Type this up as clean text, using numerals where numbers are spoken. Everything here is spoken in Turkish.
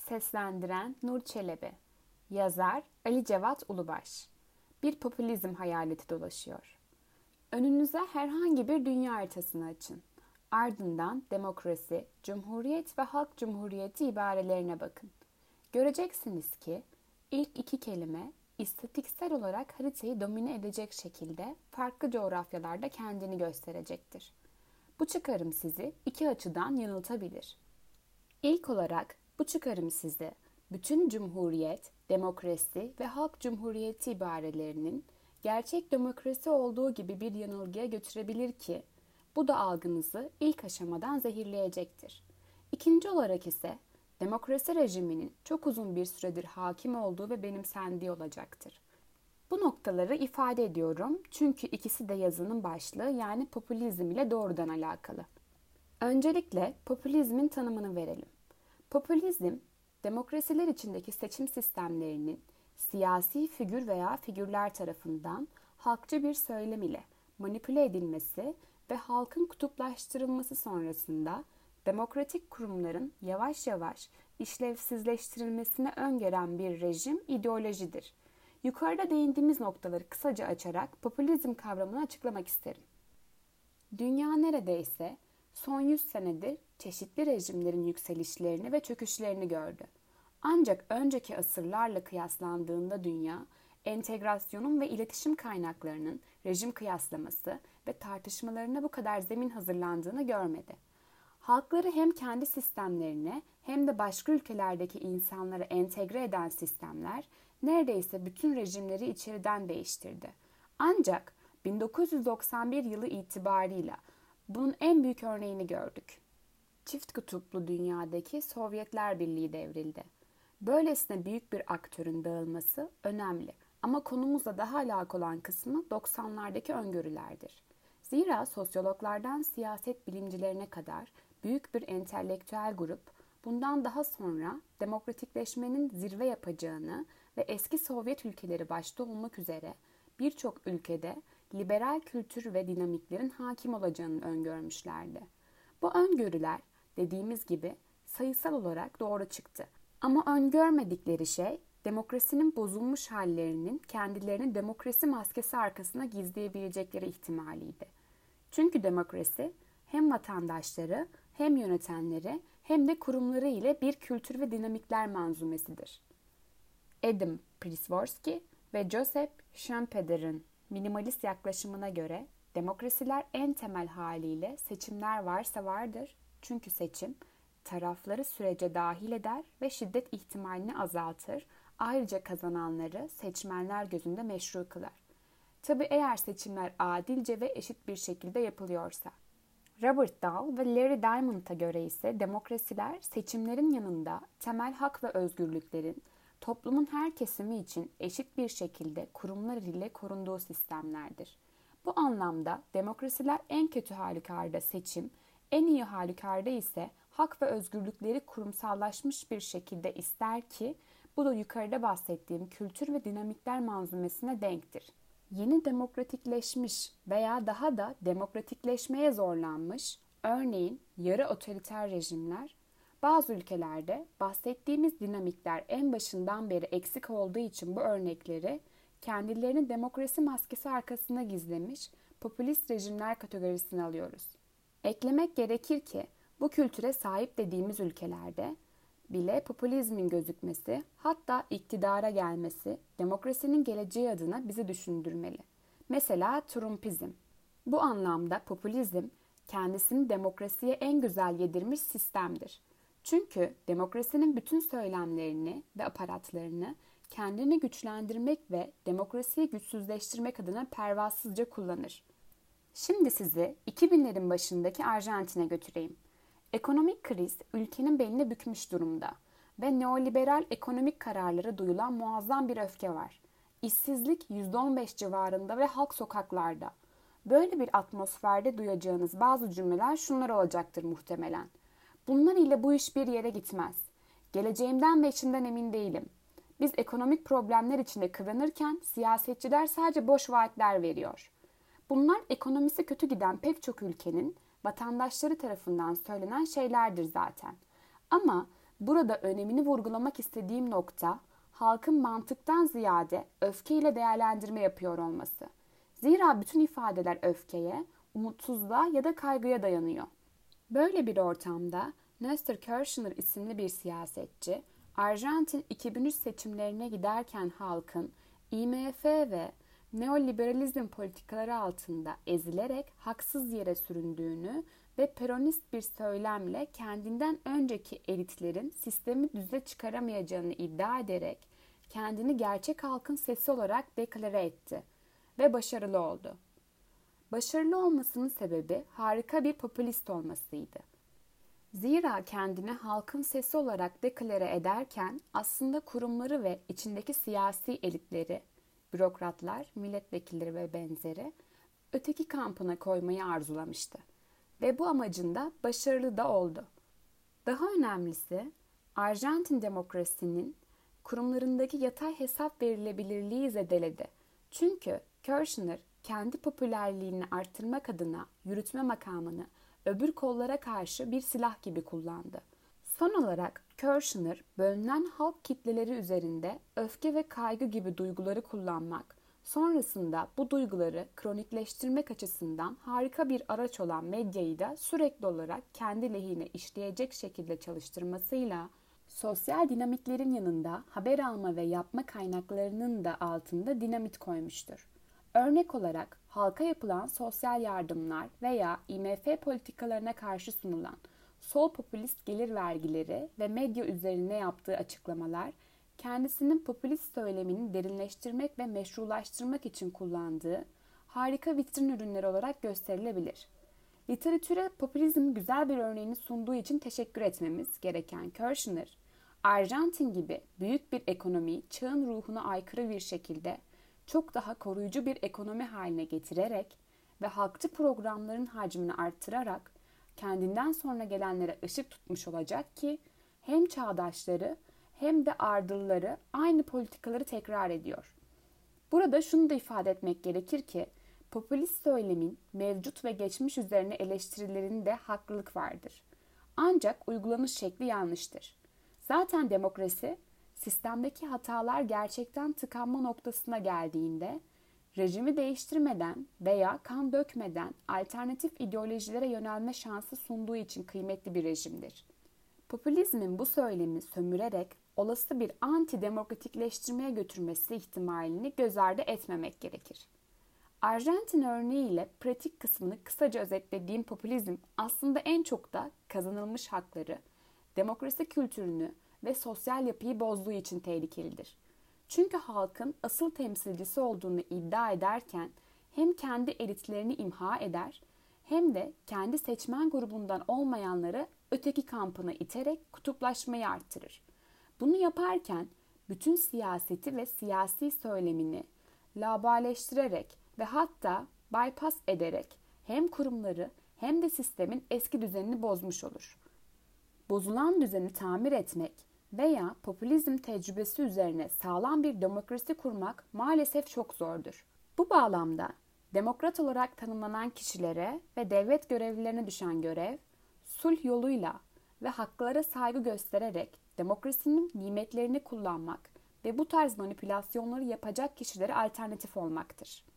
Seslendiren Nur Çelebi. Yazar Ali Cevat Ulubaş. Bir popülizm hayaleti dolaşıyor. Önünüze herhangi bir dünya haritasını açın. Ardından demokrasi, cumhuriyet ve halk cumhuriyeti ibarelerine bakın. Göreceksiniz ki ilk iki kelime istatistiksel olarak haritayı domine edecek şekilde farklı coğrafyalarda kendini gösterecektir. Bu çıkarım sizi iki açıdan yanıltabilir. İlk olarak bu çıkarım sizi bütün cumhuriyet, demokrasi ve halk cumhuriyeti ibarelerinin gerçek demokrasi olduğu gibi bir yanılgıya götürebilir ki bu da algınızı ilk aşamadan zehirleyecektir. İkinci olarak ise demokrasi rejiminin çok uzun bir süredir hakim olduğu ve benimsendiği olacaktır. Bu noktaları ifade ediyorum çünkü ikisi de yazının başlığı yani popülizm ile doğrudan alakalı. Öncelikle popülizmin tanımını verelim. Popülizm, demokrasiler içindeki seçim sistemlerinin siyasi figür veya figürler tarafından halkçı bir söylem ile manipüle edilmesi ve halkın kutuplaştırılması sonrasında demokratik kurumların yavaş yavaş işlevsizleştirilmesine öngören bir rejim ideolojidir. Yukarıda değindiğimiz noktaları kısaca açarak popülizm kavramını açıklamak isterim. Dünya neredeyse son 100 senedir çeşitli rejimlerin yükselişlerini ve çöküşlerini gördü. Ancak önceki asırlarla kıyaslandığında dünya, entegrasyonun ve iletişim kaynaklarının rejim kıyaslaması ve tartışmalarına bu kadar zemin hazırlandığını görmedi. Halkları hem kendi sistemlerine hem de başka ülkelerdeki insanları entegre eden sistemler neredeyse bütün rejimleri içeriden değiştirdi. Ancak 1991 yılı itibarıyla bunun en büyük örneğini gördük. Çift kutuplu dünyadaki Sovyetler Birliği devrildi. Böylesine büyük bir aktörün dağılması önemli ama konumuzla daha alakalı olan kısmı 90'lardaki öngörülerdir. Zira sosyologlardan siyaset bilimcilerine kadar büyük bir entelektüel grup bundan daha sonra demokratikleşmenin zirve yapacağını ve eski Sovyet ülkeleri başta olmak üzere birçok ülkede liberal kültür ve dinamiklerin hakim olacağını öngörmüşlerdi. Bu öngörüler dediğimiz gibi sayısal olarak doğru çıktı. Ama öngörmedikleri şey demokrasinin bozulmuş hallerinin kendilerini demokrasi maskesi arkasına gizleyebilecekleri ihtimaliydi. Çünkü demokrasi hem vatandaşları hem yönetenleri hem de kurumları ile bir kültür ve dinamikler manzumesidir. Adam Przeworski ve Joseph Schumpeter'ın minimalist yaklaşımına göre demokrasiler en temel haliyle seçimler varsa vardır. Çünkü seçim tarafları sürece dahil eder ve şiddet ihtimalini azaltır. Ayrıca kazananları seçmenler gözünde meşru kılar. Tabii eğer seçimler adilce ve eşit bir şekilde yapılıyorsa. Robert Dahl ve Larry Diamond'a göre ise demokrasiler seçimlerin yanında temel hak ve özgürlüklerin toplumun her kesimi için eşit bir şekilde kurumlar ile korunduğu sistemlerdir. Bu anlamda demokrasiler en kötü halükarda seçim, en iyi halükarda ise hak ve özgürlükleri kurumsallaşmış bir şekilde ister ki bu da yukarıda bahsettiğim kültür ve dinamikler manzumesine denktir. Yeni demokratikleşmiş veya daha da demokratikleşmeye zorlanmış, örneğin yarı otoriter rejimler, bazı ülkelerde bahsettiğimiz dinamikler en başından beri eksik olduğu için bu örnekleri kendilerini demokrasi maskesi arkasına gizlemiş popülist rejimler kategorisine alıyoruz. Eklemek gerekir ki bu kültüre sahip dediğimiz ülkelerde bile popülizmin gözükmesi, hatta iktidara gelmesi demokrasinin geleceği adına bizi düşündürmeli. Mesela Trumpizm. Bu anlamda popülizm kendisini demokrasiye en güzel yedirmiş sistemdir. Çünkü demokrasinin bütün söylemlerini ve aparatlarını kendini güçlendirmek ve demokrasiyi güçsüzleştirmek adına pervasızca kullanır. Şimdi sizi 2000'lerin başındaki Arjantin'e götüreyim. Ekonomik kriz ülkenin belini bükmüş durumda ve neoliberal ekonomik kararlara duyulan muazzam bir öfke var. İşsizlik %15 civarında ve halk sokaklarda. Böyle bir atmosferde duyacağınız bazı cümleler şunlar olacaktır muhtemelen. Bunlar ile bu iş bir yere gitmez. Geleceğimden ve içimden emin değilim. Biz ekonomik problemler içinde kıvranırken siyasetçiler sadece boş vaatler veriyor. Bunlar ekonomisi kötü giden pek çok ülkenin vatandaşları tarafından söylenen şeylerdir zaten. Ama Burada önemini vurgulamak istediğim nokta, halkın mantıktan ziyade öfkeyle değerlendirme yapıyor olması. Zira bütün ifadeler öfkeye, umutsuzluğa ya da kaygıya dayanıyor. Böyle bir ortamda Nestor Kirchner isimli bir siyasetçi, Arjantin 2003 seçimlerine giderken halkın IMF ve neoliberalizm politikaları altında ezilerek haksız yere süründüğünü ve peronist bir söylemle kendinden önceki elitlerin sistemi düze çıkaramayacağını iddia ederek kendini gerçek halkın sesi olarak deklare etti ve başarılı oldu. Başarılı olmasının sebebi harika bir popülist olmasıydı. Zira kendini halkın sesi olarak deklare ederken aslında kurumları ve içindeki siyasi elitleri, bürokratlar, milletvekilleri ve benzeri öteki kampına koymayı arzulamıştı. Ve bu amacında başarılı da oldu. Daha önemlisi, Arjantin demokrasinin kurumlarındaki yatay hesap verilebilirliği zedeledi. Çünkü Kirchner kendi popülerliğini arttırmak adına yürütme makamını öbür kollara karşı bir silah gibi kullandı. Son olarak Kirchner, bölünen halk kitleleri üzerinde öfke ve kaygı gibi duyguları kullanmak, sonrasında bu duyguları kronikleştirmek açısından harika bir araç olan medyayı da sürekli olarak kendi lehine işleyecek şekilde çalıştırmasıyla, sosyal dinamiklerin yanında haber alma ve yapma kaynaklarının da altında dinamit koymuştur. Örnek olarak halka yapılan sosyal yardımlar veya IMF politikalarına karşı sunulan sol popülist gelir vergileri ve medya üzerine yaptığı açıklamalar, kendisinin popülist söylemini derinleştirmek ve meşrulaştırmak için kullandığı harika vitrin ürünleri olarak gösterilebilir. Literatüre popülizmin güzel bir örneğini sunduğu için teşekkür etmemiz gereken Kirchner, Arjantin gibi büyük bir ekonomiyi çağın ruhuna aykırı bir şekilde çok daha koruyucu bir ekonomi haline getirerek ve halkçı programların hacmini arttırarak kendinden sonra gelenlere ışık tutmuş olacak ki hem çağdaşları hem de ardılları aynı politikaları tekrar ediyor. Burada şunu da ifade etmek gerekir ki popülist söylemin mevcut ve geçmiş üzerine eleştirilerinde haklılık vardır. Ancak uygulanış şekli yanlıştır. Zaten demokrasi, sistemdeki hatalar gerçekten tıkanma noktasına geldiğinde, rejimi değiştirmeden veya kan dökmeden alternatif ideolojilere yönelme şansı sunduğu için kıymetli bir rejimdir. Popülizmin bu söylemi sömürerek olası bir anti-demokratikleştirmeye götürmesi ihtimalini göz ardı etmemek gerekir. Arjantin örneğiyle pratik kısmını kısaca özetlediğim popülizm aslında en çok da kazanılmış hakları, demokrasi kültürünü ve sosyal yapıyı bozduğu için tehlikelidir. Çünkü halkın asıl temsilcisi olduğunu iddia ederken hem kendi elitlerini imha eder hem de kendi seçmen grubundan olmayanları öteki kampına iterek kutuplaşmayı arttırır. Bunu yaparken bütün siyaseti ve siyasi söylemini laubalileştirerek ve hatta bypass ederek hem kurumları hem de sistemin eski düzenini bozmuş olur. Bozulan düzeni tamir etmek veya popülizm tecrübesi üzerine sağlam bir demokrasi kurmak maalesef çok zordur. Bu bağlamda demokrat olarak tanımlanan kişilere ve devlet görevlilerine düşen görev, sulh yoluyla ve haklara saygı göstererek demokrasinin nimetlerini kullanmak ve bu tarz manipülasyonları yapacak kişilere alternatif olmaktır.